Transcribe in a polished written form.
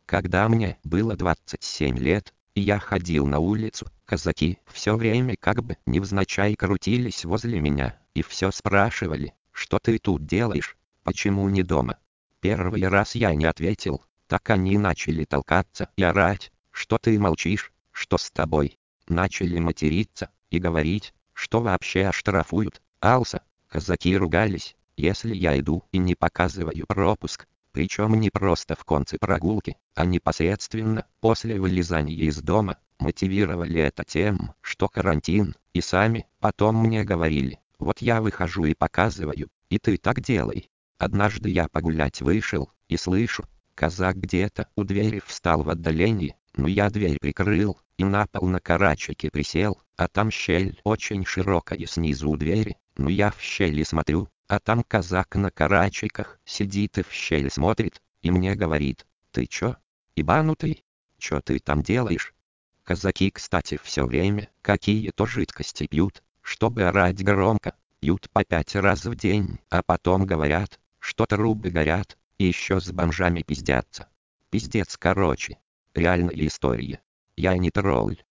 Когда мне было 27 лет, и я ходил на улицу, казаки все время как бы невзначай крутились возле меня, и все спрашивали: «Что ты тут делаешь? Почему не дома?» Первый раз я не ответил, так они начали толкаться и орать: «Что ты молчишь? Что с тобой?» Начали материться и говорить, что вообще оштрафуют. Алса. Казаки ругались, если я иду и не показываю пропуск. Причем не просто в конце прогулки, а непосредственно после вылезания из дома. Мотивировали это тем, что карантин, и сами потом мне говорили: «Вот я выхожу и показываю, и ты так делай». Однажды я погулять вышел, и слышу, казак где-то у двери встал в отдалении, но я дверь прикрыл, и на пол на карачики присел, а там щель очень широкая снизу у двери, но я в щели смотрю, а там казак на карачиках сидит и в щель смотрит, и мне говорит: «Ты чё, ебанутый? Чё ты там делаешь?» Казаки, кстати, все время какие-то жидкости пьют, чтобы орать громко, пьют по 5 раз в день, а потом говорят, что трубы горят, и еще с бомжами пиздятся. Пиздец, короче. Реальная история. Я не тролль.